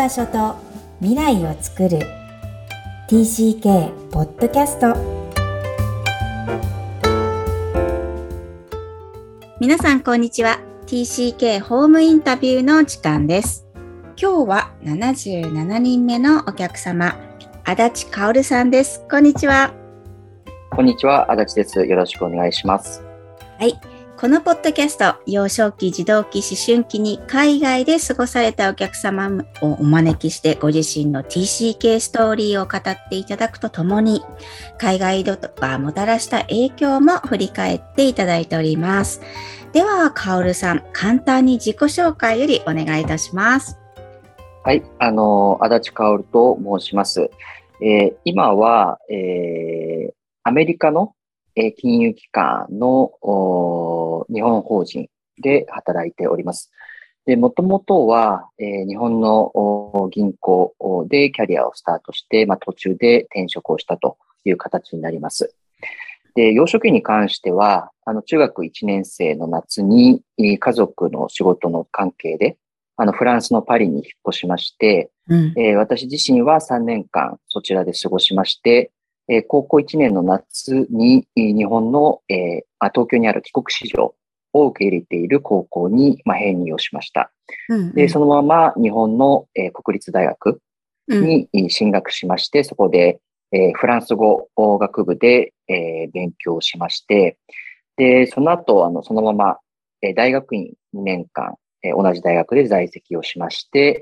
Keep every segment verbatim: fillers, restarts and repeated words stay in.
場所と未来をつくる ティーシーケー ポッドキャスト。皆さんこんにちは。 ティーシーケー ホームインタビューの時間です。今日はななじゅうななにんめのお客様、足立薫さんです。こんにちは。 こんにちは、足立です。よろしくお願いします。 はい。このポッドキャスト、幼少期、児童期、思春期に海外で過ごされたお客様をお招きして、ご自身の ティーシーケー ストーリーを語っていただくとともに、海外移動がもたらした影響も振り返っていただいております。では、薫さん、簡単に自己紹介よりお願いいたします。 はい、あの、足立薫と申します。えー、今は、えー、アメリカの金融機関の日本法人で働いております。で、もともとは、えー、日本の銀行でキャリアをスタートして、まあ、途中で転職をしたという形になります。で、幼少期に関しては、あの、中学いちねん生の夏に家族の仕事の関係で、あの、フランスのパリに引っ越しまして、うんえー、私自身はさんねんかんそちらで過ごしまして、えー、高校いちねんの夏に日本の、えー、東京にある帰国子女を受け入れている高校に、まあ、編入をしました。うんうん、で、そのまま日本の、えー、国立大学に進学しまして、うん、そこで、えー、フランス語学部で、えー、勉強しまして、で、その後、あの、そのまま、えー、大学院にねんかん、えー、同じ大学で在籍をしまして、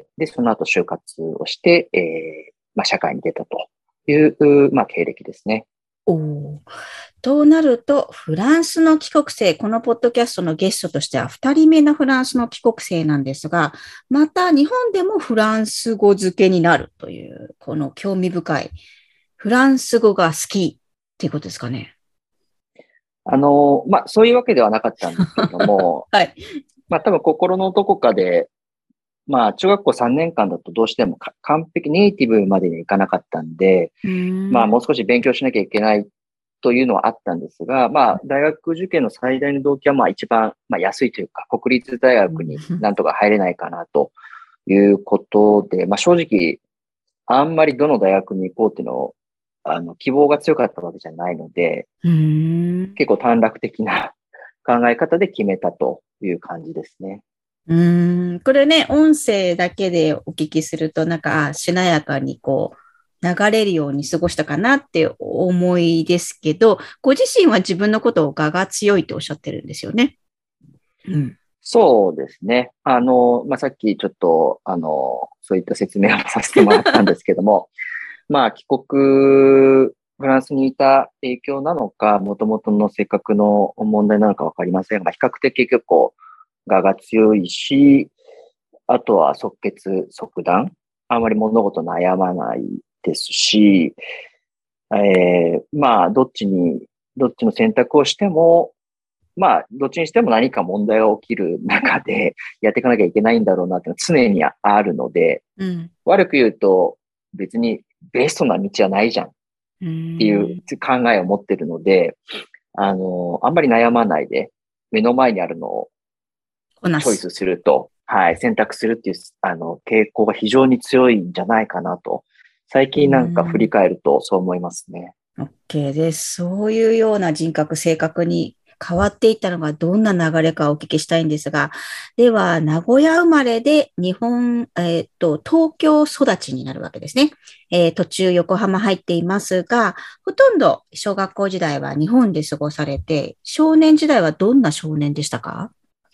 で、その後就活をして、えー、まあ、社会に出たという、まあ、経歴ですね。 おとなると、フランスの帰国生、このポッドキャストのゲストとしてはふたりめのフランスの帰国生なんですが、また日本でもフランス語漬けになるという、この興味深い、フランス語が好きっていうことですかね。 あの、まあ、そういうわけではなかったんですけども、 はい。 まあ、多分心のどこかで、まあ、中学校さんねんかんだとどうしても完璧ネイティブまでにはいかなかったんで、んまあ、もう少し勉強しなきゃいけないというのはあったんですが、まあ、大学受験の最大の動機は、まあ、一番、まあ、安いというか、国立大学になんとか入れないかなということで、まあ、正直、あんまりどの大学に行こうっていうのを、あの、希望が強かったわけじゃないので、結構短絡的な考え方で決めたという感じですね。 うーん、これね、音声だけでお聞きすると、なんか、しなやかにこう、流れるように過ごしたかなって思いですけど、ご自身は自分のことを我が強いとおっしゃってるんですよね。 うん、そうですね。あの、まあ、さっきちょっと、あの、そういった説明をさせてもらったんですけども、まあ、帰国、フランスにいた影響なのか、もともとの性格の問題なのかわかりませんが、比較的結構、我が強いし、あとは即決即断。あまり物事悩まないですし、えー、まあ、どっちに、どっちの選択をしても、まあ、どっちにしても何か問題が起きる中でやっていかなきゃいけないんだろうなっていうのは常にあるので、うん、悪く言うと別にベストな道はないじゃんっていう考えを持ってるので、あの、あんまり悩まないで目の前にあるのをチョイスすると、はい、選択するっていう、あの、傾向が非常に強いんじゃないかなと、最近なんか振り返るとそう思いますね。 OK です。そういうような人格、性格に変わっていったのがどんな流れかお聞きしたいんですが、では、名古屋生まれで日本、えっと、東京育ちになるわけですね。えー、途中横浜入っていますが、ほとんど小学校時代は日本で過ごされて、少年時代はどんな少年でしたか？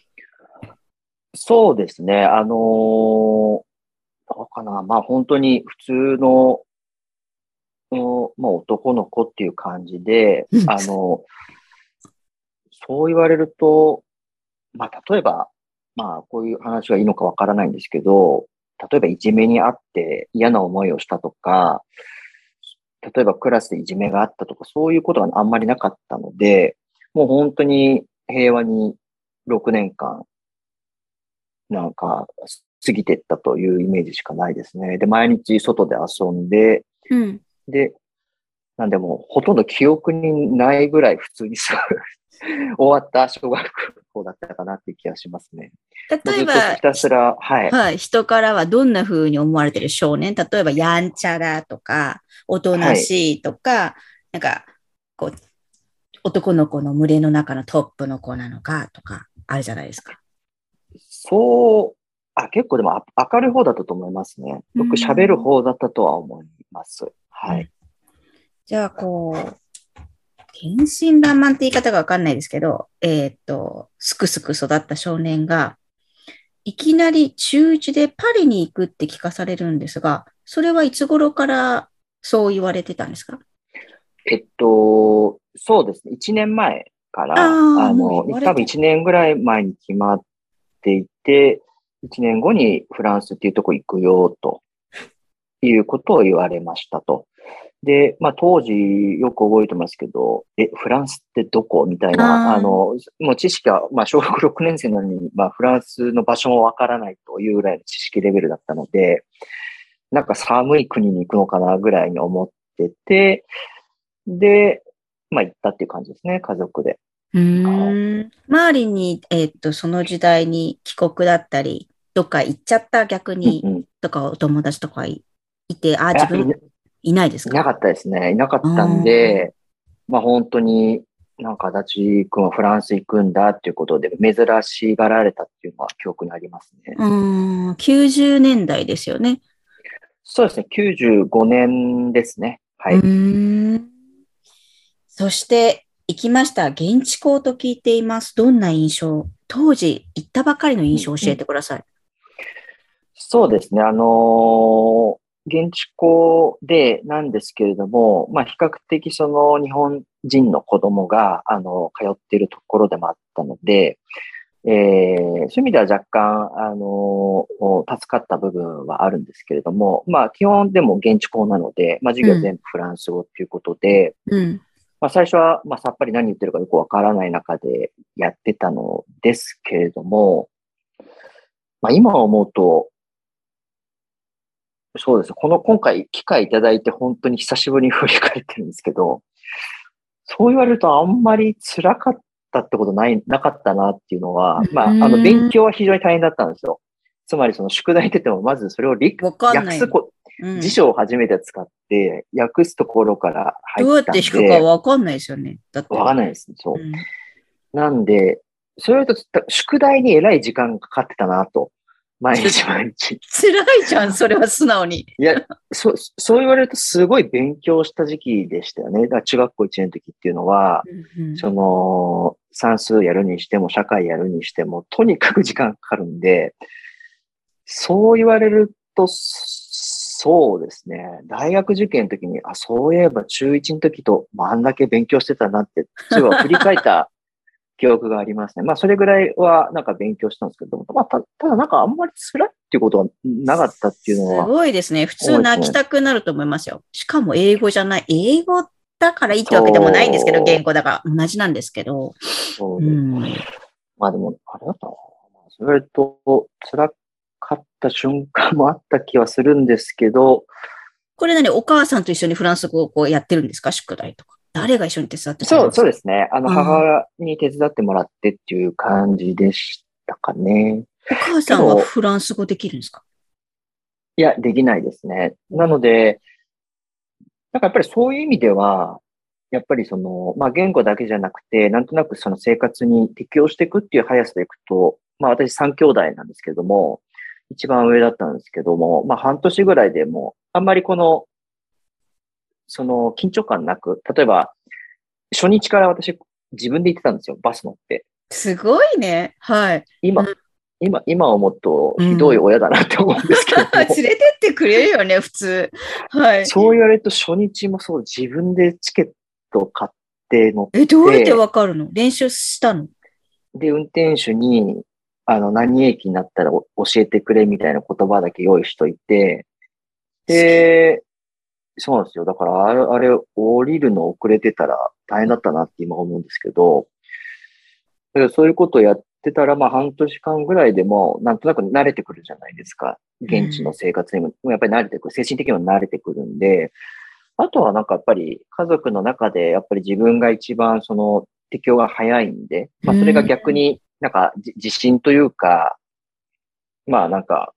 そうですね。あのー、どうかな。まあ本当に普通の、まあ男の子っていう感じで、あの、そう言われると、まあ例えば、まあこういう話がいいのかわからないんですけど、例えばいじめにあって嫌な思いをしたとか、例えばクラスでいじめがあったとか、そういうことがあんまりなかったので、もう本当に平和にろくねんかん、なんか、過ぎていったというイメージしかないですね。で、毎日外で遊んで、うん、で、 なんでもうほとんど記憶にないぐらい普通にす終わった小学校だったかなっていう気がしますね。 例えば、 ずっとひたすら、はい。 はい、人からはどんな風に思われてる少年、例えばやんちゃだとか、おとなはい。 しいとか、なんか、こう、男の子の群れの中のトップの子なのかとか、あるじゃないですか。 そう、あ、結構でもあ明るい方だったと思いますね。 うよく喋るん。 方だったとは思います。はい。 うん、じゃあ、こう、天真爛漫って言い方がわかんないですけど、えーっと、すくすく育った少年が、いきなり中いちでパリに行くって聞かされるんですが、それはいつ頃からそう言われてたんですか？ えっと、そうですね。いちねんまえかあら、 あ、もうあの、多分言われて。 いちねんぐらい前に決まっていて、いちねんごにフランスっていうとこ行くよ、ということを言われましたと。で、まあ当時よく覚えてますけど、え、フランスってどこみたいな、あああ、 の、もう知識は、まあ小学ろくねん生なのに、まあフランスの場所もわからないというぐらいの知識レベルだったので、なんか寒い国に行くのかなぐらいに思ってて、で、まあ行ったっていう感じですね、家族で。 うはい。 ーん。周りに、えーっと、その時代に帰国だったり、どっか行っちゃった逆に、 うんうん。いとかお友達とかい、いて、ああ、自や、い分な、 いないですか？ いなかったですね。いなかあったんあ、 で、まあ本当になんか足立くんはフランス行くんだっていうことで珍しがられたっていうのは記憶にありますね。 うーん、きゅうじゅうねんだいですよね。 そうですね。きゅうじゅうごねんですね。はうい。 ーん。そして、行きました。現地校と聞いています。どんな印象、当時行ったばかりの印象を教えうんうん、 てください。 そうですね。あのー現地校でなんですけれども、まあ比較的その日本人の子供が、あの、通っているところでもあったので、えー、そういう意味では若干、あのー助かった部分はあるんですけれども、まあ基本でも現地校なので、まあ授業はうん、 全部フランス語っていうことで、 うん、 まあ最初は、まあさっぱり何言ってるかよくわからない中でやってたのですけれども、まあ今思うと、そうです。この今回機会いただいて本当に久しぶりに振り返ってるんですけど、そう言われるとあんまり辛かったってことない、なかったなっていうのうは、まあ、あの、勉ーん。 強は非常に大変だったんですよ。つまりその宿題出ても、まずそれを理わかんない。 訳すこ、辞うん。 書を初めて使って訳すところから入ったどうやって弾くかんで、 わかんないですよね。だって。 わかんないです。そうん。 う。なんで、それと宿題にえらい時間かかってたなと。毎日毎日。 辛いじゃん、それは素直に。 いや、そう、そう言われるとすごい勉強した時期でしたよね。だから中学校いちねんの時っていうのは、 うん、 その、算数やるにしても、社会やるにしても、とにかく時間かかるんで、そう言われると、そうですね。大学受験の時に、あ、そういえば中いちの時と、まあ、あんだけ勉強してたなって、そういえば振り返った記憶がありますね。まあ、それぐらいは、なんか勉強したんですけども、まあ、た、ただなんかあんまり辛いっていうことはなかったっていうのすは、 ごいですね。普通泣き思いですね。 たくなると思いますよ。しかも英語じゃない。英語だからいいってわけでもないんですけど、言そ語だから同じなんですけど。 う、そうう。 ん。 まあでも、あれだったな。それと、辛かった瞬間もあった気はするんですけど、 これ何、お母さんと一緒にフランス語をこうやってるんですか、宿題とか。誰が一緒に手伝ってくれそう、 るんですか？ そうですね。あの、母ああ。 親に手伝ってもらってっていう感じでしたかね。 お母さんはけど、 フランス語できるんですか？ いや、できないですね。なお、 ので、なんかやっぱりそういう意味では、やっぱりその、まあ言語だけじゃなくて、なんとなくその生活に適応していくっていう速さでいくと、まあ私三兄弟なんですけども、一番上だったんですけども、まあ半年ぐらいでもう、あんまりこの、その緊張感なく、例えば初日から私自分で行ってたんですよ、バス乗って。 すごいね。はい。 今、今、今思うとうん。 ひどいうん。 親だなって思うんですけど連れも、 てってくれるよね、普通。はい。 そう言われると初日もそう自分でチケットを買って乗っえ、どうやってて、 わかるの？練習したの？ で、運転手に、あの、何駅になったらお教えてくれみたいな言葉だけ用意しといて、 すげえ。 で、そうなんですよ。だから、あれ、あれ降りるの遅れてたら大変だったなって今思うんですけど、だからそういうことをやってたら、まあ半年間ぐらいでも、なんとなく慣れてくるじゃないですか。現地のうん。 生活にも、もうやっぱり慣れてくる。精神的にも慣れてくるんで、 あとはなんかやっぱり家族の中でやっぱり自分が一番その適応が早いんで、まあそれが逆になんかじ自信というか、まあなんか、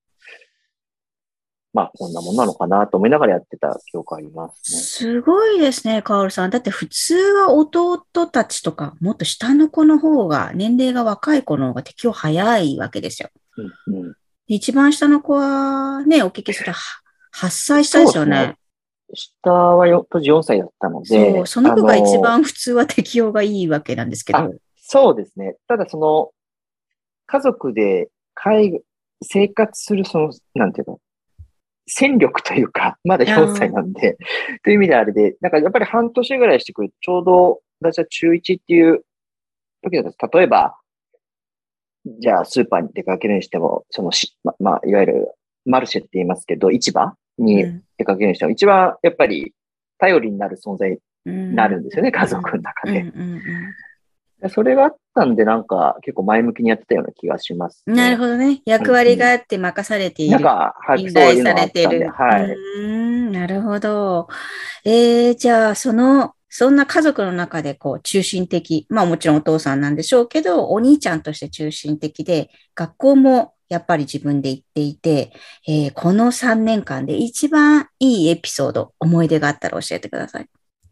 まあこんなもんなのかなと思いながらやってた記憶ありますね。 すごいですね、カオルさん。だって普通は弟たちとか、もっと下の子の方が、年齢が若い子の方が適応早いわけですよ。 うんうん、 一番下の子はね、お聞きするとははっさい下でそうですね。 すよね。 下はよ当時よんさいだったのそう、 で、 そのあ子が一の、 番普通は適応がいいわけなんですけあ、 ど。 そうですね。ただその家族で介生活するその、なんていうの、戦力というか、まだあよんさいーなんで、という意味であれで、なんかやっぱり半年ぐらいしてくると、ちょうど私は中いちっていう時だと、例えば、じゃあスーパーに出かけるにしても、そのし、ま、まあ、いわゆるマルシェって言いますけど、市場にうん、 出かけるにしても、一番やっぱり頼りになる存在にうん、 なるんですよね、 うん、 家族の中うん、 で。 うんそれがあったんで、なんか結構前向きにやってたような気がしますうん。なるね。 ほどね。役うんうん。 割があって任されている。 なんか、はい、 信そういう頼されのはあったんで、 てる。うはい。 ーん、なるほど。えー、じゃあ、その、そんな家族の中でこう中心的、まあもちろんお父さんなんでしょうけど、お兄ちゃんとして中心的で、学校もやっぱり自分で行っていて、えーこのさんねんかんで一番いいエピソード、思い出があったら教えてください。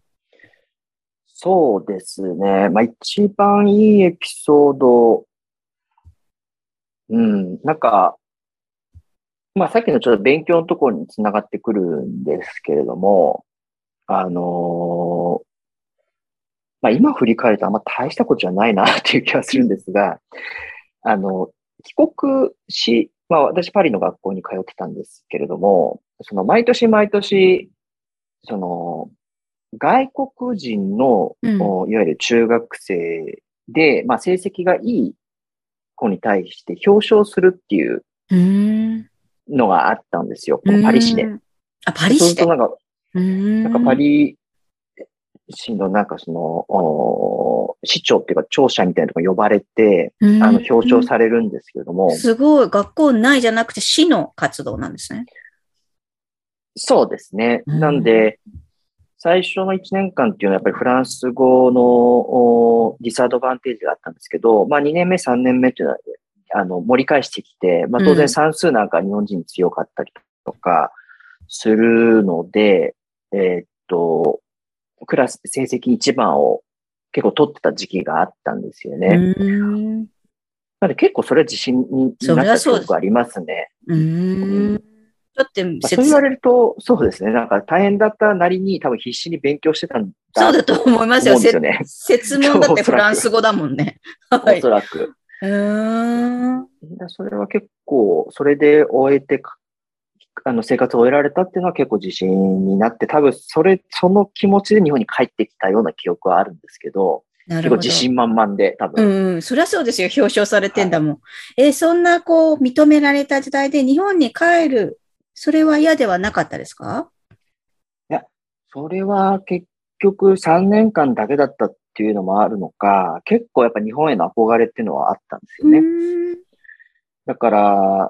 そうですね。まあ一番いいエピソード、うん、なんか、まあさっきのちょっと勉強のところにつながってくるんですけれども、あのーまあ今振り返るとあんま大したことじゃないなっていう気がするんですが、あの、帰国し、まあ私パリの学校に通ってたんですけれども、その毎年毎年、その外国人の、 うん。 おいわゆる中学生で、まあ成績がいい子に対して表彰するっていううーん。 のがあったんですよ。 うこのパリ市で。 ーん。あ、パでそうすリ市で。 るとなんか、 うなんかパーん。 リ市のなんかその、お市長っていうか庁舎みたいなところに呼ばれて、 うあの、表彰ーん。 されるんですけれども、 すごい。学校内じゃなくて市の活動なんですね。 そうですね。 うなんん。 で、最初のいちねんかんっていうのはやっぱりフランス語のおディスアドバンテージがあったんですけど、まあにねんめ、さんねんめっていうのは、あの、盛り返してきて、まあ当然うん。 算数なんか日本人強かったりとかするので、えーっと、クラス成績一番を結構取ってた時期があったんですようね。 ーん。 なので結構それは自信にそなった記れはそうです。 憶ありますね。 うーん。 うん。 だってまあ、そう言わ説、 れると、そうですね。なんか大変だったなりに多分必死に勉強してたんそうだとだと思いますよ。せ、 思うんですよね。 設そう、お問だってフそらく。 ランス語だもんね。はおそい。 らく。 うーん。 それは結構、それで終えて、あの、生活を終えられたっていうのは結構自信になって、多分それ、その気持ちで日本に帰ってきたような記憶はあるんですけど、結構なるほど。 自信満々で、多分。 うんうん。そりゃそうですよ。表彰されてはい。 んだもん。えーそんなこう認められた時代で日本に帰る。それは嫌ではなかったですか？ いや、それは結局さんねんかんだけだったっていうのもあるのか、結構やっぱ日本への憧れっていうのはあったんですうよね。 ーん。 だから、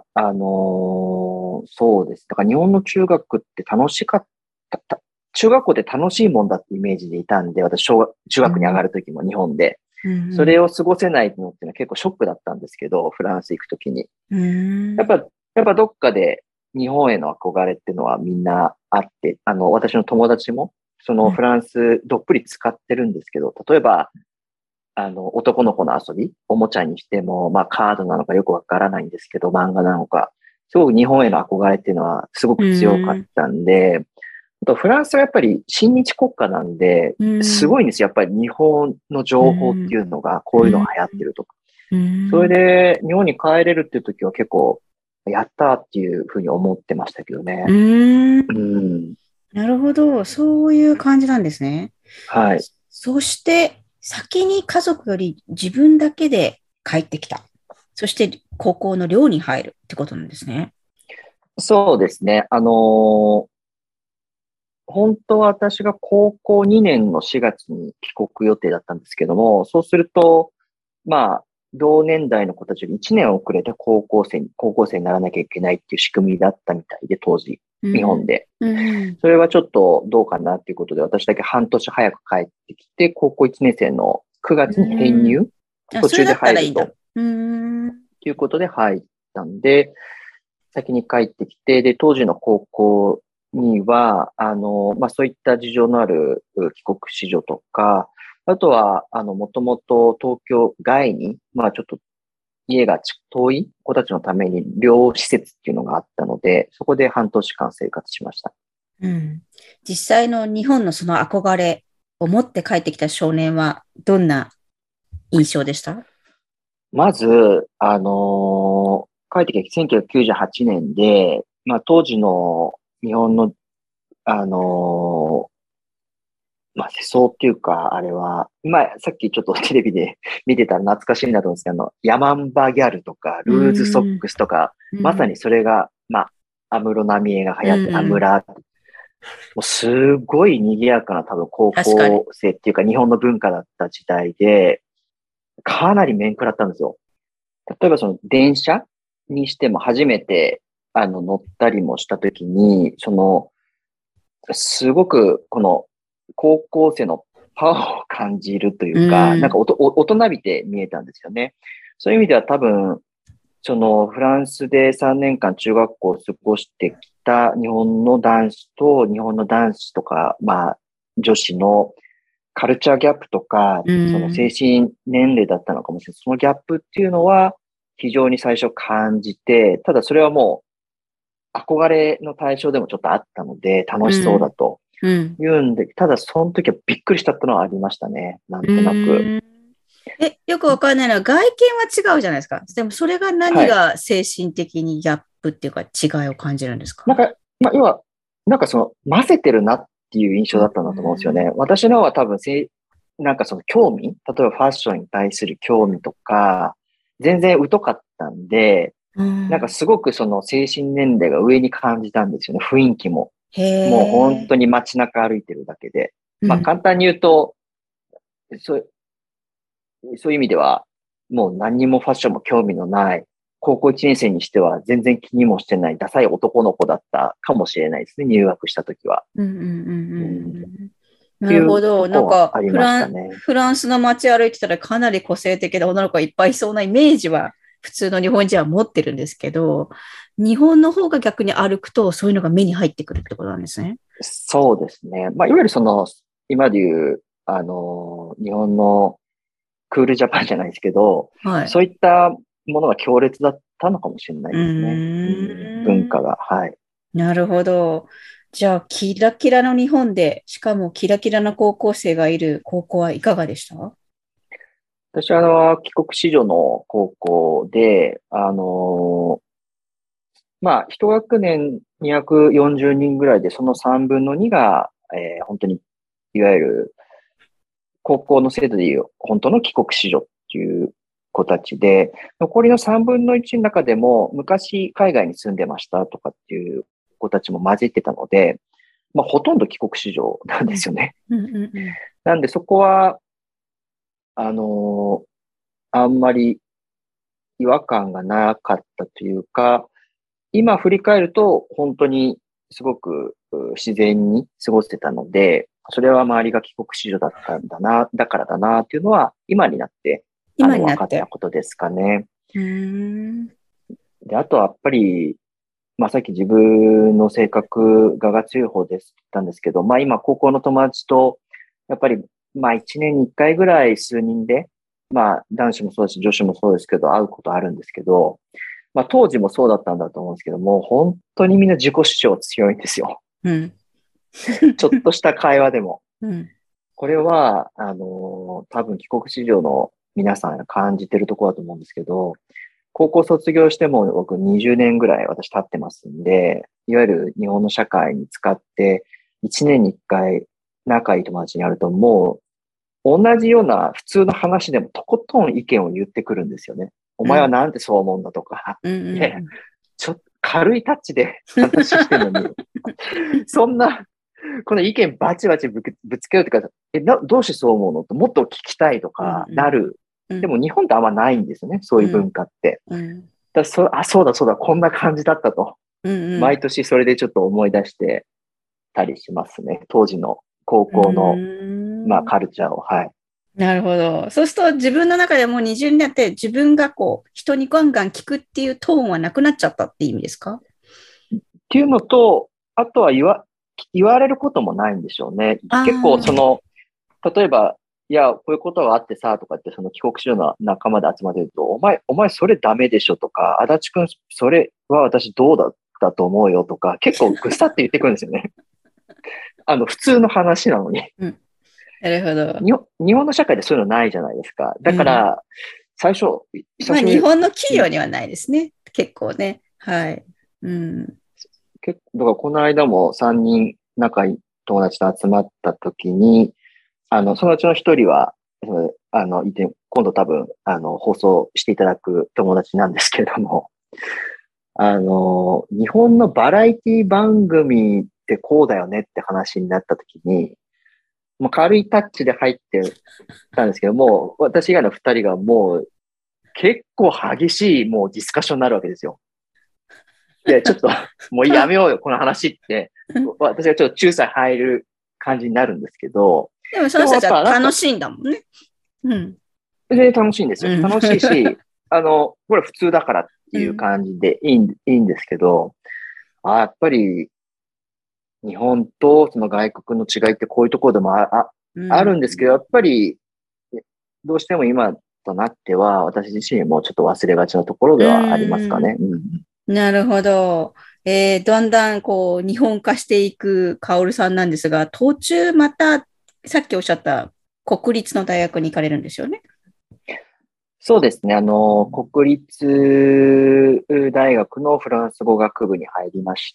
あのーそうです。だから日本の中学って楽しかったた、中学校って楽しいもんだってイメージでいたんで、私、小学、中学に上うん。 がるときも日本で、それうん。 を過ごせないのっていうのは結構ショックだったんですけど、フランス行くときに。 うん。 やっぱ、やっぱどっかで日本への憧れっていうのはみんなあって、あの、私の友達も、そのフランスどっぷり使ってるんですけど、例えば、あの、男の子の遊び、おもちゃにしても、まあカードなのかよくわからないんですけど、漫画なのか、すごく日本への憧れっていうのはすごうく強かっん。 たんで、あとフランスはやっぱり親日国家なんで、 うん。 すごいんですよ。やっぱり日本のう情報ってん。 いうのが、こういうのがうん。 流行ってるとか。 うそれん。 で日本に帰れるっていう時は結構、やったーっていうふうに思ってましたけどうね。 ん。 うん。 なるほど。そういう感じなんですね。 はい。 そして、先に家族より自分だけで帰ってきた。そして、高校の寮に入るってことなんですね。 そうですね。あのー本当は私が高校にねんのしがつに帰国予定だったんですけども、そうすると、まあ、同年代の子たちよりいちねん遅れて高校生に、高校生にならなきゃいけないっていう仕組みだったみたいで、当時。 日本で。 うん、 それはちょっとどうかなっていうことで、私だけ半年早く帰ってきて、高校いちねん生のくがつに編入、 あ、 途中でそれだったらいいんだ。 入ると。 うーん。 ということで入ったんで、先に帰ってきて、で、当時の高校には、あの、まあ、そういった事情のある帰国子女とか、あとは、あの、もともと東京外に、まあ、ちょっと家が遠い子たちのために寮施設っていうのがあったので、そこで半年間生活しました。 うん。実際の日本のその憧れを持って帰ってきた少年はどんな印象でした？ まず、あのー帰ってきてせんきゅうひゃくきゅうじゅうはちねんで、まあ、当時の日本の、あのーまあ、世相っていうか、あれは、まあ、さっきちょっとテレビで見てたら懐かしいなと思うんですけど、あの、ヤマンバギャルとか、 うルーズソッん。 クスとか、 うん。 まさにそれが、まあ、安室奈美恵が流う行って、アムん。 ラー、もうすごい賑やかな多分高確かに。 校生っていうか日本の文化だった時代で、かなり面食らったんですよ。例えばその電車にしても初めてあの乗ったりもしたときに、そのすごくこの高校生のパワーを感じるといううか、なんかん。 おとお大人びて見えたんですよね。そういう意味では多分、そのフランスでさんねんかん中学校を過ごしてきた日本の男子と日本の男子とか、まあ女子のカルチャーギャップとか、 うその精ん。 神年齢だったのかもしれない。そのギャップっていうのは非常に最初感じて、ただそれはもう憧れの対象でもちょっとあったので楽しそうだうん。 とうん。 言うんで、ただその時はびっくりしたってのはありましたね。なんうとなく。 ん。え、よくわかんないのは外見は違うじゃないですか。でもそれが何はい。 が精神的にギャップっていうか違いを感じるんですか？ なんか、まあ、要は、なんかその混ぜてるなっていう印象だったんだと思うんですよね。私の方は多分せい、なんかその興味、例えばファッションに対する興味とか、全然疎かったんで、 うん。 なんかすごくその精神年齢が上に感じたんですよね。雰囲気も。 へもう本え。 当に街中歩いてるだけで。まあうん。 簡単に言うと、そう、そういう意味では、もう何にもファッションも興味のない、高校いちねん生にしては全然気にもしてないダサい男の子だったかもしれないですね。入学した時は。 うんうんうんううん。っんうん。なていうとるほど。なんか、 こはありフラン、 ましたね。 フランスの街歩いてたらかなり個性的な女の子がいっぱいいそうなイメージは普通の日本人は持ってるんですけど、日本の方が逆に歩くとそういうのが目に入ってくるってことなんですね。 そうですね。まあ、いわゆるその、今で言う、あの、日本のクールジャパンじゃないですけど、 はい。 そういったものが強烈だったのかもしれなういですね。うん、文ーん。 化が。はい。 なるほど。じゃあ、キラキラの日本で、しかもキラキラな高校生がいる高校はいかがでした？ 私は、あの、帰国子女の高校で、あの、まあ、一学年にひゃくよんじゅうにんぐらいで、そのさんぶんのにが、えー本当に、いわゆる高校の制度でいう本当の帰国子女っていう子たちで、残りのさんぶんのいちの中でも昔海外に住んでましたとかっていう子たちも混じってたので、まあ、ほとんど帰国子女なんうんですよね。 うんうんうん。 なんでそこは、あのーあんまり違和感がなかったというか、今振り返ると本当にすごくう自然に過ごせてたので、それは周りが帰国子女だったんだな、だからだなっていうのは今になってあ今の分かったになって。 ことですかね。 うーん。 で、あとはやっぱり、まあさっき自分の性格がが強い方ですって言ったんですけど、まあ今高校の友達と、やっぱりまあ一年に一回ぐらい数人で、まあ男子もそうですし女子もそうですけど会うことあるんですけど、まあ当時もそうだったんだと思うんですけども、本当にみんな自己主張強いんですよ。 うん。 ちょっとした会話でも。 うん。 これは、あの、多分帰国子女の皆さんが感じてるところだと思うんですけど、高校卒業しても僕にじゅうねんぐらい私経ってますんで、いわゆる日本の社会に使っていちねんにいっかい仲いい友達に会うともう同じような普通の話でもとことん意見を言ってくるんですよね。お前はうん。 なんでそう思うんだとか。 うんいやいや、 うんちょっと軽いタッチで話してるのに、そんな、この意見バチバチぶぶつけようとか、え、な、どうしてそう思うのともっと聞きたいとうんかなる。でもうん日本ってあんまないんですよね。そういう文うん化って。 うんだそあ、そうだそうだ、こんな感じだったと。 うんうん。 毎年それでちょっと思い出してたりしますね。当時の高うー校の、まあ、 ん。 カルチャーを。はい。 なるほど。そうすると自分の中でもう二重になって自分がこう人にガンガン聞くっていうトーンはなくなっちゃったっていう意味ですか？ っていうのと、あとは言わ、言われることもないんでしょうね。 あ結構そあの、例えば、いや、こういうことがあってさ、とかって、その帰国子女の仲間で集まってると、お前、お前それダメでしょとか、足立くん、それは私どうだったと思うよとか、結構ぐさって言ってくるんですよね。あの、普通の話なのに。 ー、うん。なるほど。 日本、日本の社会でそういうのないじゃないですか。だかうん。 ら、最初、最まあ日初に、 本の企業にはないですね。結構ね。はい。うん。 結構、だからこの間もさんにん仲いい友達と集まった時に、あの、そのうちの一人は、うんあの、いて、今度多分、あの、放送していただく友達なんですけれども、あの、日本のバラエティ番組ってこうだよねって話になった時に、もう軽いタッチで入ってたんですけども、私以外の二人がもう結構激しいもうディスカッションになるわけですよ。で、ちょっともうやめようよ、この話って、私がちょっと仲裁入る感じになるんですけど、 でもそでもやっの人たちはぱなんか、 楽しいんだもんね。うん。 全然楽しいんですよ。 うん。 楽しいし、あの、これ普通だからっていううん。 感じでいいん、いいんですけど、あ、やっぱり日本とその外国の違いってこういうところでもあ、あ、 うあるんですけど、やん。 っぱりどうしても今となっては私自身もちょっと忘れがちなところうではありますかん。 ね。うん、 なるほど。えー、だんだんこう日本化していくカオルさんなんですが、途中またさっきおっしゃった国立の大学に行かれるんですよね。 そうですね。あの、国立大学のフランス語学部に入りまして、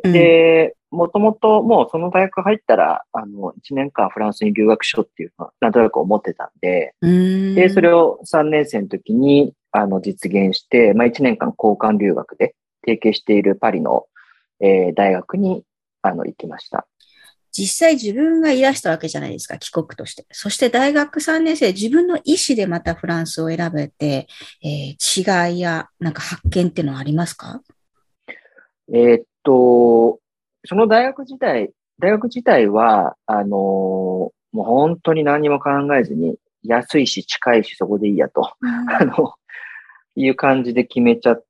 うん。 で、もともともうその大学入ったら、あの、いちねんかんフランスに留学しようっていうのは、なんとなく思ってたんで、 うで、そーん。 れをさんねん生の時に、あの、実現して、まあ、いちねんかん交換留学で提携しているパリの、えー大学に、あの、行きました。 実際自分がいらしたわけじゃないですか、帰国として。そして大学さんねん生、自分の意思でまたフランスを選べて、えー違いやなんか発見っていうのはありますか？ えーっと、その大学時代、大学自体は、あのーもう本当に何も考えずに、安いし近いしそこでいいやと、 うあん。 の、いう感じで決めちゃって、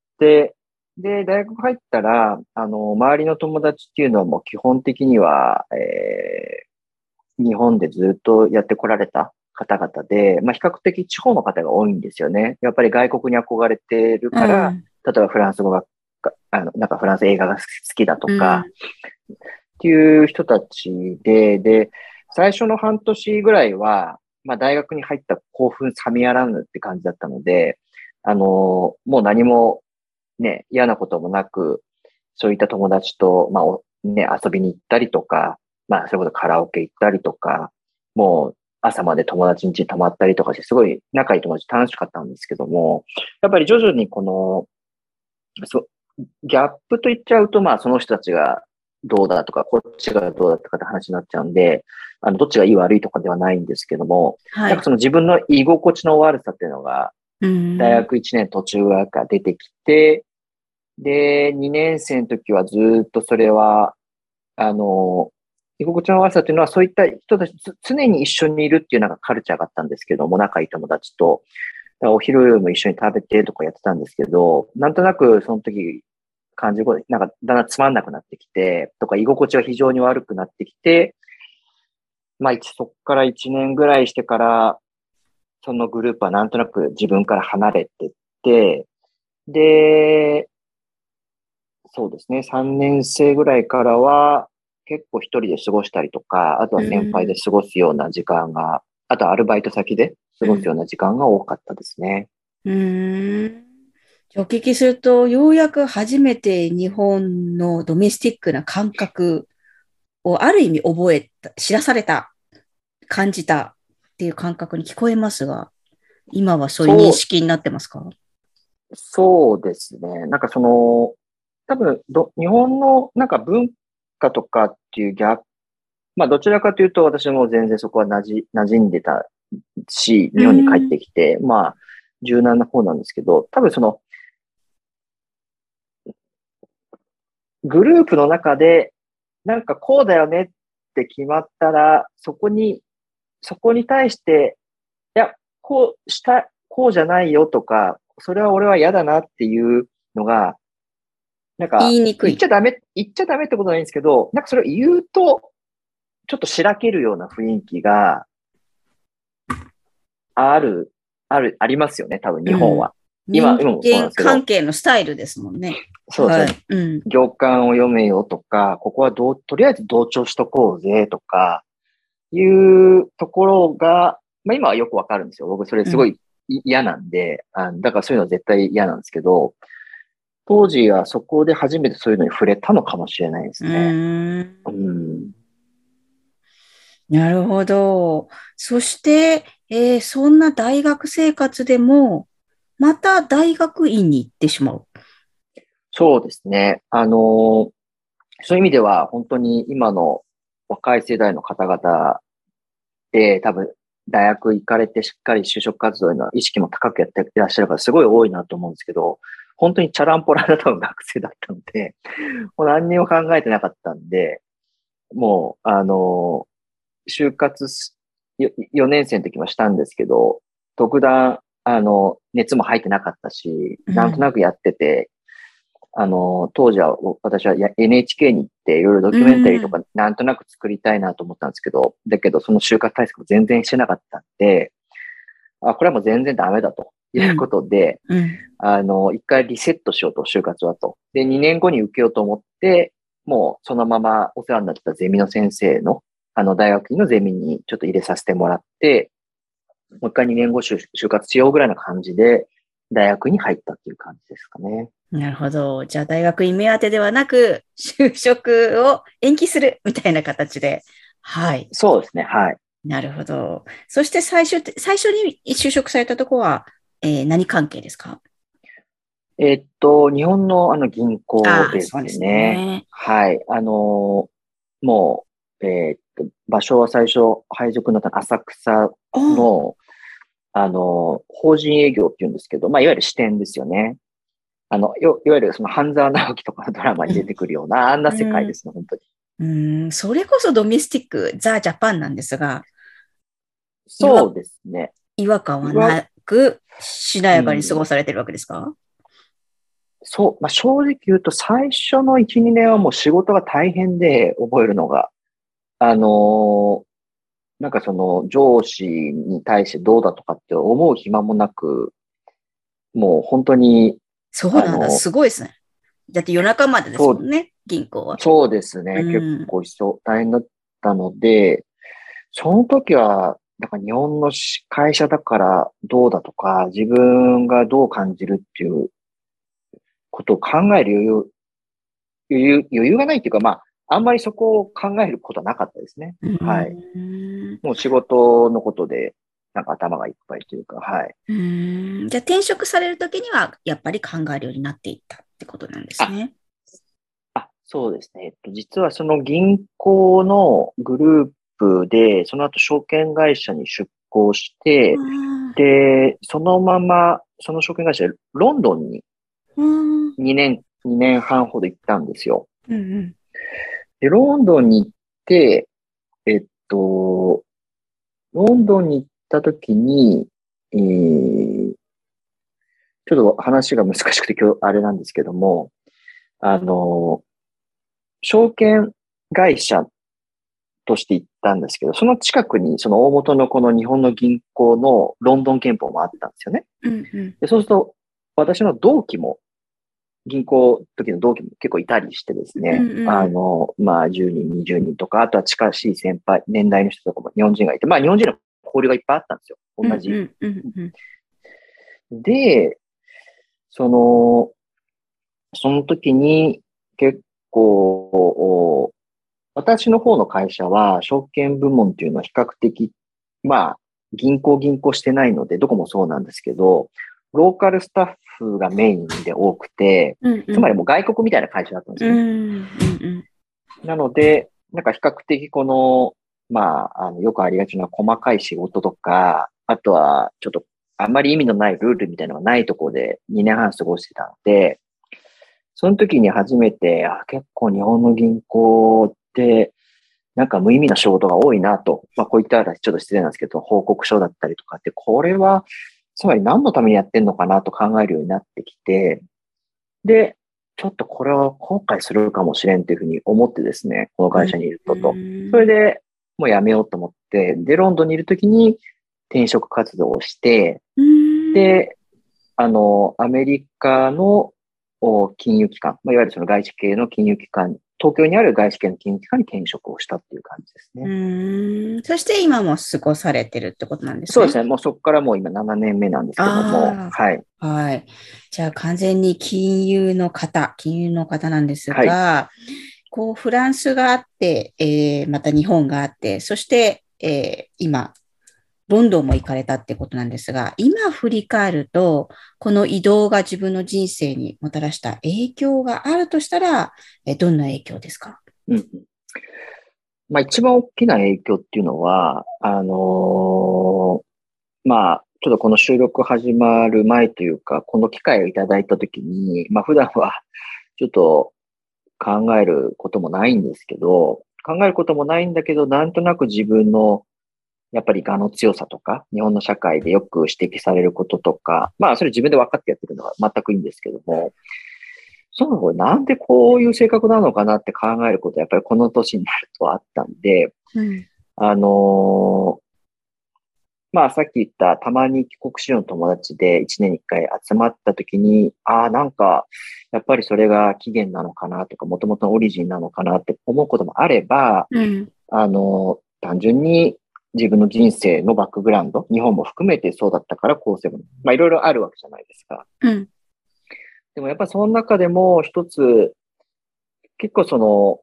で、大学入ったら、あの、周りの友達っていうのはもう基本的には、えー日本でずっとやってこられた方々で、まあ、比較的地方の方が多いんですよね。やっぱり外国に憧れてるから、 うん。 例えばフランス語が、あの、なんかフランス映画が好きだとうか、 ん。 っていう人たちで、で、最初の半年ぐらいは、まあ大学に入った興奮冷めやらぬって感じだったので、あの、もう何もね、嫌なこともなく、そういった友達と、まあ、おね、遊びに行ったりとか、まあ、それこそカラオケ行ったりとか、もう朝まで友達ん家に泊まったりとかして、すごい仲いい友達楽しかったんですけども、やっぱり徐々にこの、そギャップと言っちゃうと、まあ、その人たちがどうだとか、こっちがどうだとかって話になっちゃうんで、あの、どっちがいい悪いとかではないんですけども、 はい。 なんかその自分の居心地の悪さっていうのが、 うん。 大学いちねん途中から出てきて、で、にねん生の時はずっとそれは、あの、居心地の悪さというのは、そういった人たち、つ常に一緒にいるっていうなんかカルチャーがあったんですけども、仲いい友達と。だからお昼も一緒に食べてとかやってたんですけど、なんとなくその時感じることで、なんかだんだんつまんなくなってきて、とか居心地が非常に悪くなってきて、まあ、一そこからいちねんぐらいしてから、そのグループはなんとなく自分から離れてって、で、そうですね。さんねん生ぐらいからは、結構一人で過ごしたりとか、あとうは先輩でん。 過ごすような時間が、あとはアルバイト先で過ごすよううん。 な時間が多かったですね。 うん。じゃあお聞きすると、ようやく初めて日本のドメスティックな感覚をある意味覚えた、知らされた、感じたっていう感覚に聞こえますが、今はそういう認そう、 識になってますか？ そうですね。なんかその、多分ど、日本のなんか文化とかっていうギャップ、まあどちらかというと私も全然そこはなじ、馴染んでたし、 う日本に帰っん。 てきて、まあ柔軟な方なんですけど、多分そのグループの中で、なんかこうだよねって決まったら、そこに、そこに対して、いや、こうした、こうじゃないよとか、それは俺は嫌だなっていうのが、なんか、 言いにくい。 言っちゃダメ、言っちゃダメってことないんですけど、なんかそれを言うと、ちょっとしらけるような雰囲気がある、ある、ありますよね、多分日本は。今、 人今もそうなん間ですけど、 関係のスタイルですもんね。 そうですね。 はい。うん。 行間を読めよとか、ここはどう、とりあえず同調しとこうぜとか、いうところが、まあ今はよくわかるんですよ。僕それすごい嫌なんで、あだからそういうのは絶対嫌なんですけど、当時はそこで初めてそういうのに触れたのかもしれないでうすね。 ーん。 うん。 なるほど。そして、えーそんな大学生活でも、また大学院に行ってしまう。 そうですね。あのーそういう意味では本当に今の若い世代の方々で多分大学行かれてしっかり就職活動への意識も高くやっていらっしゃる方すごい多いなと思うんですけど、本当にチャランポランな多分学生だったので、もう何にも考えてなかったんで、もう、あのー就活す、よねん生の時もしたんですけど、特段、あの、熱も入ってなかったし、なんとうん。 なくやってて、あの、当時は私は エヌエイチケー に行っていろいろドうキュメンタリーとん。 かなんとなく作りたいなと思ったんですけど、だけどその就活対策も全然してなかったんで、あ、これはもう全然ダメだというこうん。 とで、 うん。 あの、一回リセットしようと、就活はと。で、にねんごに受けようと思って、もうそのままお世話になってたゼミの先生の、あの、大学院のゼミにちょっと入れさせてもらって、もう一回にねんご就就活しようぐらいな感じで、大学に入ったっていう感じですかね。 なるほど。じゃあ、大学院目当てではなく、就職を延期するみたいな形で。はい。 そうですね、はい。 なるほど。そして最初って、最初に就職されたところは、えー何関係ですか？ えっと、日本のあの銀行ああ、 ですそうですね。 ね。 はい。あの、もう、えっと、場所は最初配属になった浅草ああ、 の、あの、法人営業っていうんですけど、まあ、いわゆる支店ですよね。あの、いわいわゆるその半沢直樹とかのドラマに出てくるような、あんな世界うん、 ですね、本当に。 うん、それこそドメスティック、ザ・ジャパンなんですが、違和、 そうですね。 違和感はいわ、 なく、しなやかに過うん。 ごされてるわけですか？ そう、まあ、正直言うと最初のいち、にねんはもう仕事が大変で覚えるのが。あのーなんかその上司に対してどうだとかって思う暇もなく、もう本当に、 そうなんだ、 あの、 すごいですね。だって夜中までですそう、 もんね、銀行は。 そうですね。結うん。 構そう大変だったので、その時は、なんか日本のし会社だからどうだとか、自分がどう感じるっていうことを考える余裕、余裕、余裕がないっていうか、まあ、あんまりそこを考えることはなかったですね。 うはい。 ん。 もう仕事のことで、なんか頭がいっぱいというか、はい。 うん。じゃあ転職されるときには、やっぱり考えるようになっていったってことなんですあ、 ね。 あ、そうですね。えっと、実はその銀行のグループで、その後証券会社に出向しあて、 あ。 で、そのまま、その証券会社でロンドンにうん。 にねん、にねんはんほど行ったんですよ。 うん。 で、ロンドンに行って、えっと、ロンドンに行った時に、えー、ちょっと話が難しくて今日あれなんですけども、あの、証券会社として行ったんですけど、その近くにその大元のこの日本の銀行のロンドン憲法もあったんですよね。 うん。うん。 で、そうすると、私の同期も、銀行の時の同期も結構いたりしてですうね、あん。 の、まあ、じゅうにん、にじゅうにんとか、あとは近しい先輩、年代の人とかも日本人がいて、まあ、日本人の交流がいっぱいあったんですよ。 うん。 同じ。 うん。うん。うん。 で、その、その時に結構、私の方の会社は証券部門っていうのは比較的、まあ、銀行銀行してないので、どこもそうなんですけど、ローカルスタッフがメインで多くて、 うん。うん。 つまりもう外国みたいな会社だったんですよね。 うん。うん。 なので、なんか比較的この、まあ、あの、よくありがちな細かい仕事とか、あとはちょっとあんまり意味のないルールみたいなのがないところでにねんはん過ごしてたので、 その時に初めて、あ、結構日本の銀行って、なんか無意味な仕事が多いなと。まあこういったらちょっと失礼なんですけど、報告書だったりとかって、これは、つまり何のためにやってんのかなと考えるようになってきて、で、ちょっとこれは後悔するかもしれんというふうに思ってですね、この会社にいるとと。それでもう辞めようと思って、で、ロンドンにいるときに転職活動をして、で、あの、アメリカの金融機関、まあ、いわゆるその外資系の金融機関、東京にある外資系の金融機関に転職をしたっていう感じですね。 うーん。そして今も過ごされてるってことなんですね。 そうですね。もうそこからもう今ななねんめなんですけども。はい。 はい。じゃあ完全に金融の方、金融の方なんですが、はい、こうフランスがあって、えー、また日本があって、そして、えー、今、ロンドンも行かれたってことなんですが、今振り返ると、この移動が自分の人生にもたらした影響があるとしたら、えどんな影響ですか？ うん。まあ一番大きな影響っていうのは、あのー、まあ、ちょっとこの収録始まる前というか、この機会をいただいたときに、まあ普段はちょっと考えることもないんですけど、考えることもないんだけど、なんとなく自分のやっぱり我の強さとか、日本の社会でよく指摘されることとか、まあそれ自分で分かってやってるのは全くいいんですけども、そう、なんでこういう性格なのかなって考えることはやっぱりこの年になるとあったんで、うん、あのー、まあさっき言ったたまに帰国子女の友達でいちねんにいっかい集まった時に、ああなんかやっぱりそれが起源なのかなとか、もともとのオリジンなのかなって思うこともあれば、うん、あのー、単純に自分の人生のバックグラウンド、日本も含めてそうだったからこうせる。まあいろいろあるわけじゃないですか。うん、でもやっぱりその中でも一つ、結構その、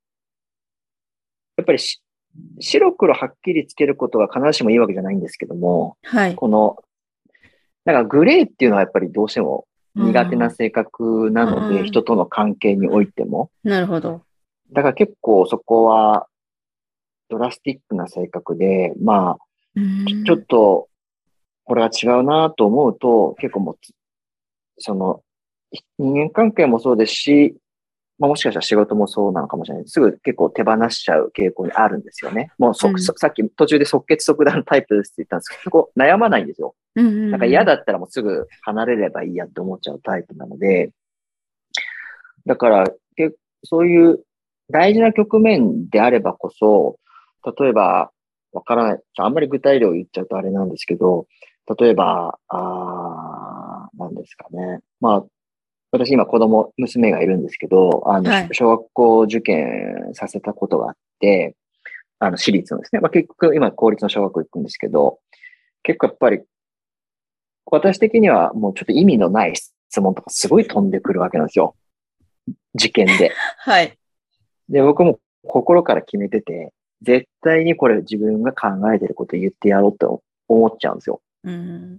やっぱりし白黒はっきりつけることが必ずしもいいわけじゃないんですけども、はい、この、なんかグレーっていうのはやっぱりどうしても苦手な性格なので、人との関係においても。 なるほど。 だから結構そこはドラスティックな性格で、まあ、ちょっとこれは違うなと思うと、結構もう、その、人間関係もそうですし、まあ、もしかしたら仕事もそうなのかもしれない。すぐ結構手放しちゃう傾向にあるんですよね。もうそ、うん、さっき途中で即決即断のタイプですって言ったんですけど、そこ悩まないんですよ。うんうんうん、なんか嫌だったらもうすぐ離れればいいやって思っちゃうタイプなので、だからけそういう大事な局面であればこそ、例えば、わからない。あんまり具体例を言っちゃうとあれなんですけど、例えば、あなんですかね。まあ、私今子供、娘がいるんですけど、あの、はい、小学校受験させたことがあって、あの、私立のですね。まあ結局今公立の小学校行くんですけど、結構やっぱり、私的にはもうちょっと意味のない質問とかすごい飛んでくるわけなんですよ。受験で。はい。で、僕も心から決めてて、絶対にこれ自分が考えてること言ってやろうと思っちゃうんですよ。うん、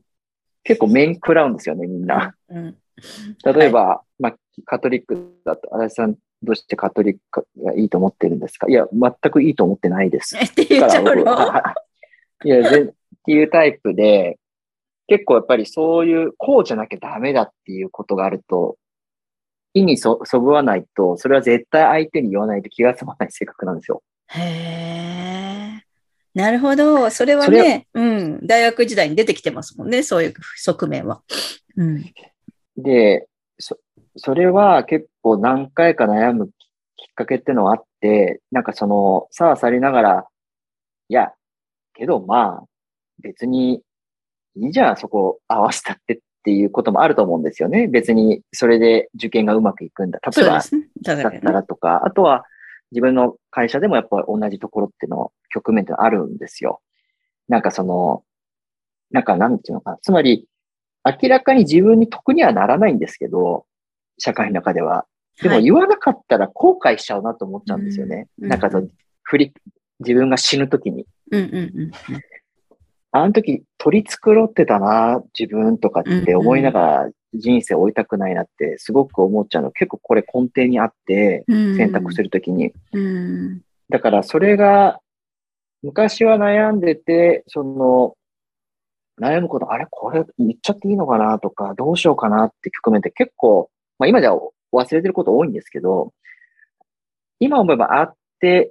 結構面食らうんですよね、みんな。うんうん、例えば、はい、まあ、カトリックだと、足立さんどうしてカトリックがいいと思ってるんですか？いや、全くいいと思ってないです。 って言っちゃうの？ いや、全っていうタイプで、結構やっぱりそういう、こうじゃなきゃダメだっていうことがあると、意にそ、そぐわないと、それは絶対相手に言わないと気が済まない性格なんですよ。 へー。なるほど。それはね、うん、大学時代に出てきてますもんね、そういう側面は。うん、 で、そ、それは結構何回か悩むきっかけってのがあって、なんかその、さあさりながら、いや、けどまあ、別にいいじゃん、そこ合わせたってっていうこともあると思うんですよね。別にそれで受験がうまくいくんだ。例えば、ね、だったらとか、あとは自分の会社でもやっぱり同じところっていうの、局面ってあるんですよ。なんかその、なんかなんていうのかな。つまり、明らかに自分に得にはならないんですけど、社会の中では。でも言わなかったら後悔しちゃうなと思っちゃうんですよね。はい、なんかその、振り、自分が死ぬときに。うんうんうんあの時取り繕ってたな、自分とかって思いながら人生を追いたくないなってすごく思っちゃうの。結構これ根底にあって、選択するときに。だからそれが、昔は悩んでて、その、悩むこと、あれこれ言っちゃっていいのかなとか、どうしようかなって局面って結構、まあ今では忘れてること多いんですけど、今思えばあって、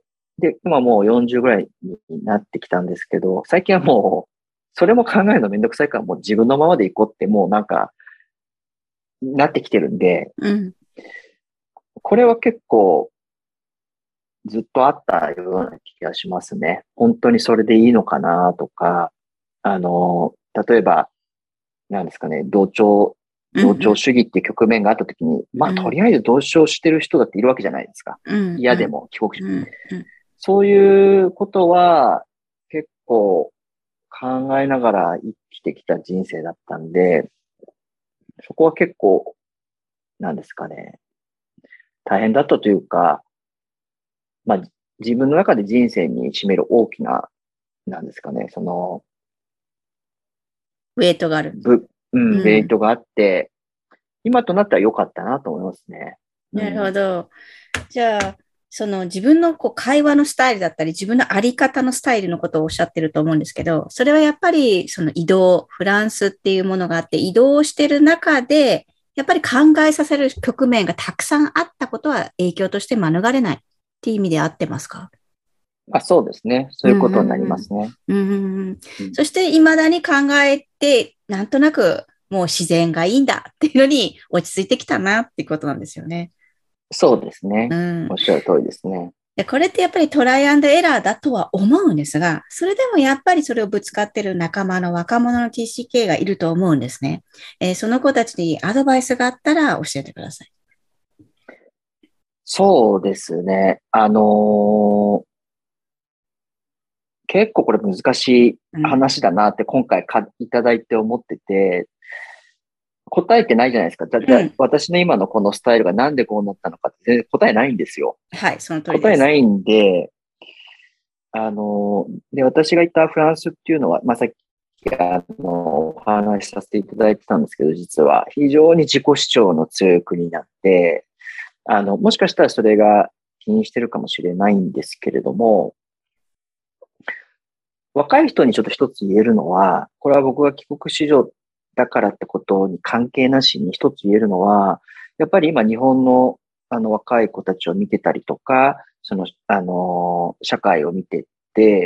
で、今もうよんじゅうぐらいになってきたんですけど、最近はもう、それも考えるのめんどくさいから、もう自分のままで行こうって、もうなんか、なってきてるんで、 うん。 これは結構ずっとあったような気がしますね。本当にそれでいいのかなとか、あの、例えば、なんですかね、同調、同調うん。 主義っていう局面があったときに、まあ、とうん。 りあえず同調してる人だっているわけじゃないですか。 うん。う嫌でん。 も帰国し、 うん。うん。 そういうことは結構考えながら生きてきた人生だったんで、そこは結構、なんですかね、大変だったというか、まあ、自分の中で人生に占める大きな、なんですかね、その、 ウェイトがある。 ぶ、うん、ウェイうん。 トがあって、今となったら良かったなと思いますね。うなるほん。 ど。じゃあ、その自分のこう会話のスタイルだったり、自分のあり方のスタイルのことをおっしゃってると思うんですけど、それはやっぱりその移動、フランスっていうものがあって、移動してる中で、やっぱり考えさせる局面がたくさんあったことは影響として免れないっていう意味で合ってますか？ あ、そうですね。そううんういうことになりんうん。 ますね。 うんうんうん。 うん、 そして未だに考えて、なんとなくもう自然がいいんだっていうのに落ち着いてきたなっていうことなんですよね。 そうですね。 うん。 おっしゃる通りですね。 で、これってやっぱりトライアンドエラーだとは思うんですが、それでもやっぱりそれをぶつかってる仲間の若者の ティーシーケー がいると思うんですね。えーその子たちにアドバイスがあったら教えてください。 そうですね。あのー結構これ難しいうん。 話だなって今回かいただいて思ってて、答えてないじゃないですか。じゃ、じゃあうん。 私の今のこのスタイルがなんでこうなったのかって全然答えないんですよ。 はい、その通りです。 答えないんで、あのーで、私がいたフランスっていうのは、まあ、さっきあの、お話しさせていただいてたんですけど、実は非常に自己主張の強い国になって、あの、もしかしたらそれが気にしてるかもしれないんですけれども、若い人にちょっと一つ言えるのは、これは僕が帰国子女だからってことに関係なしに一つ言えるのは、やっぱり今日本のあの若い子たちを見てたりとか、その、あの、社会を見てって、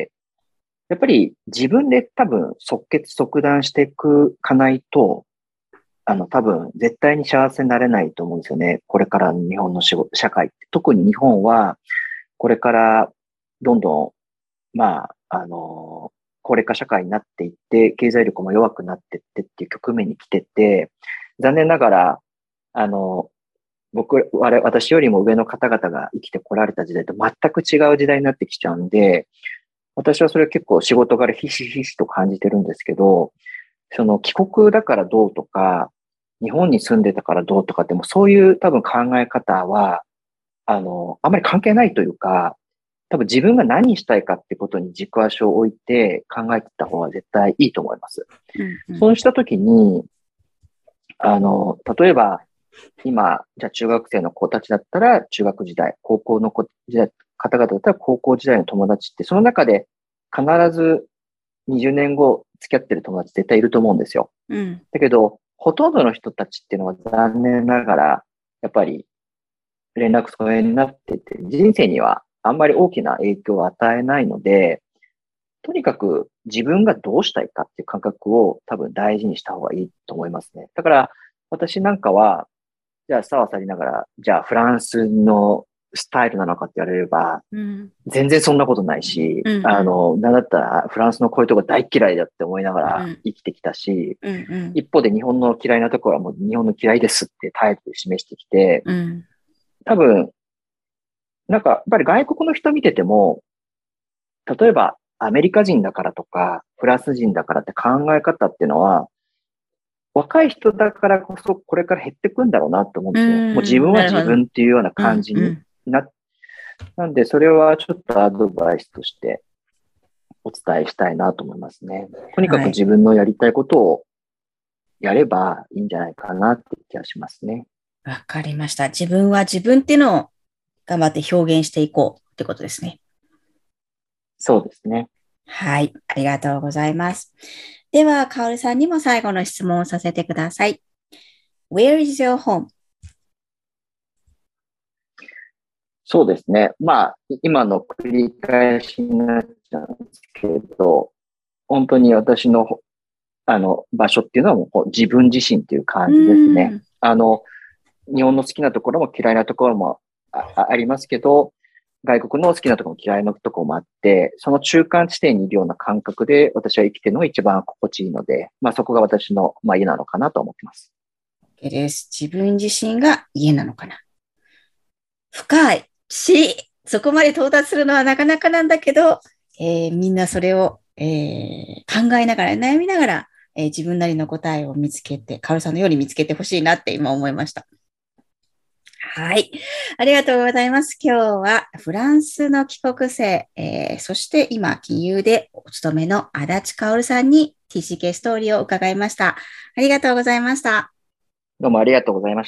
やっぱり自分で多分即決即断していくかないと、あの多分絶対に幸せになれないと思うんですよね。これからの日本の仕事、社会って。特に日本はこれからどんどん、まあ、あの、高齢化社会になっていって、経済力も弱くなっていってっていう局面に来てて、残念ながら、あの、僕、我私よりも上の方々が生きてこられた時代と全く違う時代になってきちゃうんで、私はそれ結構仕事柄ひしひしと感じてるんですけど、その帰国だからどうとか、日本に住んでたからどうとかってもそういう多分考え方は、あの、あんまり関係ないというか、多分自分が何したいかってことに軸足を置いて考えていった方が絶対いいと思います。 うんうん。 そうしたときに、あの、例えば今、じゃあ中学生の子たちだったら中学時代、高校の子時代、方々だったら高校時代の友達って、その中で必ずにじゅうねんご付き合ってる友達絶対いると思うんですよ。 うん。 だけど、ほとんどの人たちっていうのは残念ながら、やっぱり連絡疎遠になってて、人生にはあんまり大きな影響を与えないので、とにかく自分がどうしたいかっていう感覚を多分大事にした方がいいと思いますね。だから私なんかは、じゃあ、さはさりながら、じゃあ、フランスのスタイルなのかって言われれば、 うん。 全然そんなことないし、 うんうん。 あの、なんだったら、フランスのこういうとこ大嫌いだって思いながらうん。 生きてきたし、 うんうん。 一方で日本の嫌いなところはもう日本の嫌いですって態度で示してきて、 うん。 多分、なんか、やっぱり外国の人見てても、例えば、アメリカ人だからとか、フランス人だからって考え方っていうのは、若い人だからこそこれから減ってくんだろうなと思うんうですね。もう自分ん。 はなるほど。 自分っていうようなうん。 感じにうん。 な、なんでそれはちょっとアドバイスとしてお伝えしたいなと思いますね。とにかはい。 く自分のやりたいことをやればいいんじゃないかなって気がしますね。 わかりました。自分は自分っていうのを頑張って表現していこうってことですね。 そうですね。 はい。ありがとうございます。では、かおりさんにも最後の質問をさせてください。Where is your home? そうですね。まあ、今の繰り返しになっちゃうんですけど、本当に私の、あの、場所っていうのはもう自分自身っていう感じですね。あの、日本の好きなところも嫌いなところも あ, ありますけど、外国の好きなところも嫌いなところもあって、その中間地点にいるような感覚で私は生きてるのが一番心地いいので、まあそこが私の、まあ、家なのかなと思ってます。 です。自分自身が家なのかな。深いし、そこまで到達するのはなかなかなんだけど、えー、みんなそれを、えー、考えながら、悩みながら、えー、自分なりの答えを見つけて、カオルさんのように見つけてほしいなって今思いました。はい。ありがとうございます。今日はフランスの帰国生、えー、そして今、金融でお勤めの足立カオルさんに ティーシーケー ストーリーを伺いました。ありがとうございました。 どうもありがとうございました。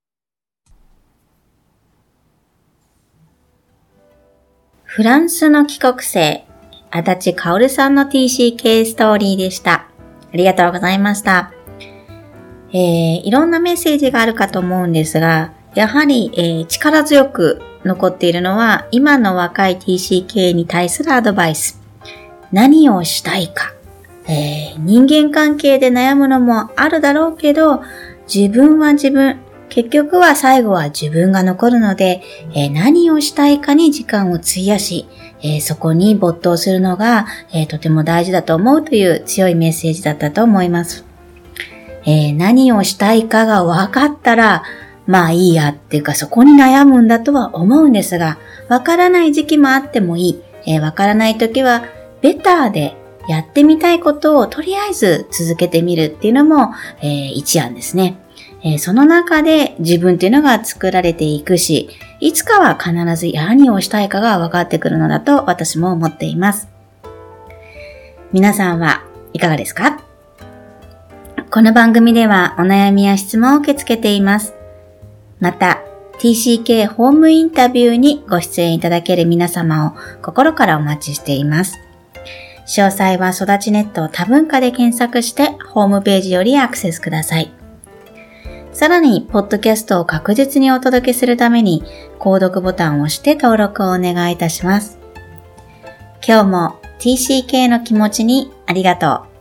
フランスの帰国生、足立カオルさんの ティーシーケー ストーリーでした。ありがとうございました。えー、いろんなメッセージがあるかと思うんですが、やはり、えー、力強く残っているのは、今の若い ティーシーケー に対するアドバイス。何をしたいか。えー、人間関係で悩むのもあるだろうけど、自分は自分。結局は最後は自分が残るので、えー、何をしたいかに時間を費やし、えー、そこに没頭するのが、えー、とても大事だと思うという強いメッセージだったと思います。えー、何をしたいかが分かったら、まあいいやっていうかそこに悩むんだとは思うんですが、分からない時期もあってもいい。えー、分からない時はベターでやってみたいことをとりあえず続けてみるっていうのも、えー、一案ですね。えー、その中で自分っていうのが作られていくし、いつかは必ず何をしたいかが分かってくるのだと私も思っています。皆さんはいかがですか？この番組ではお悩みや質問を受け付けています。また、ティーシーケー ホームインタビューにご出演いただける皆様を心からお待ちしています。詳細は育ちネット多文化で検索してホームページよりアクセスください。さらに、ポッドキャストを確実にお届けするために、購読ボタンを押して登録をお願いいたします。今日も ティーシーケー の気持ちにありがとう。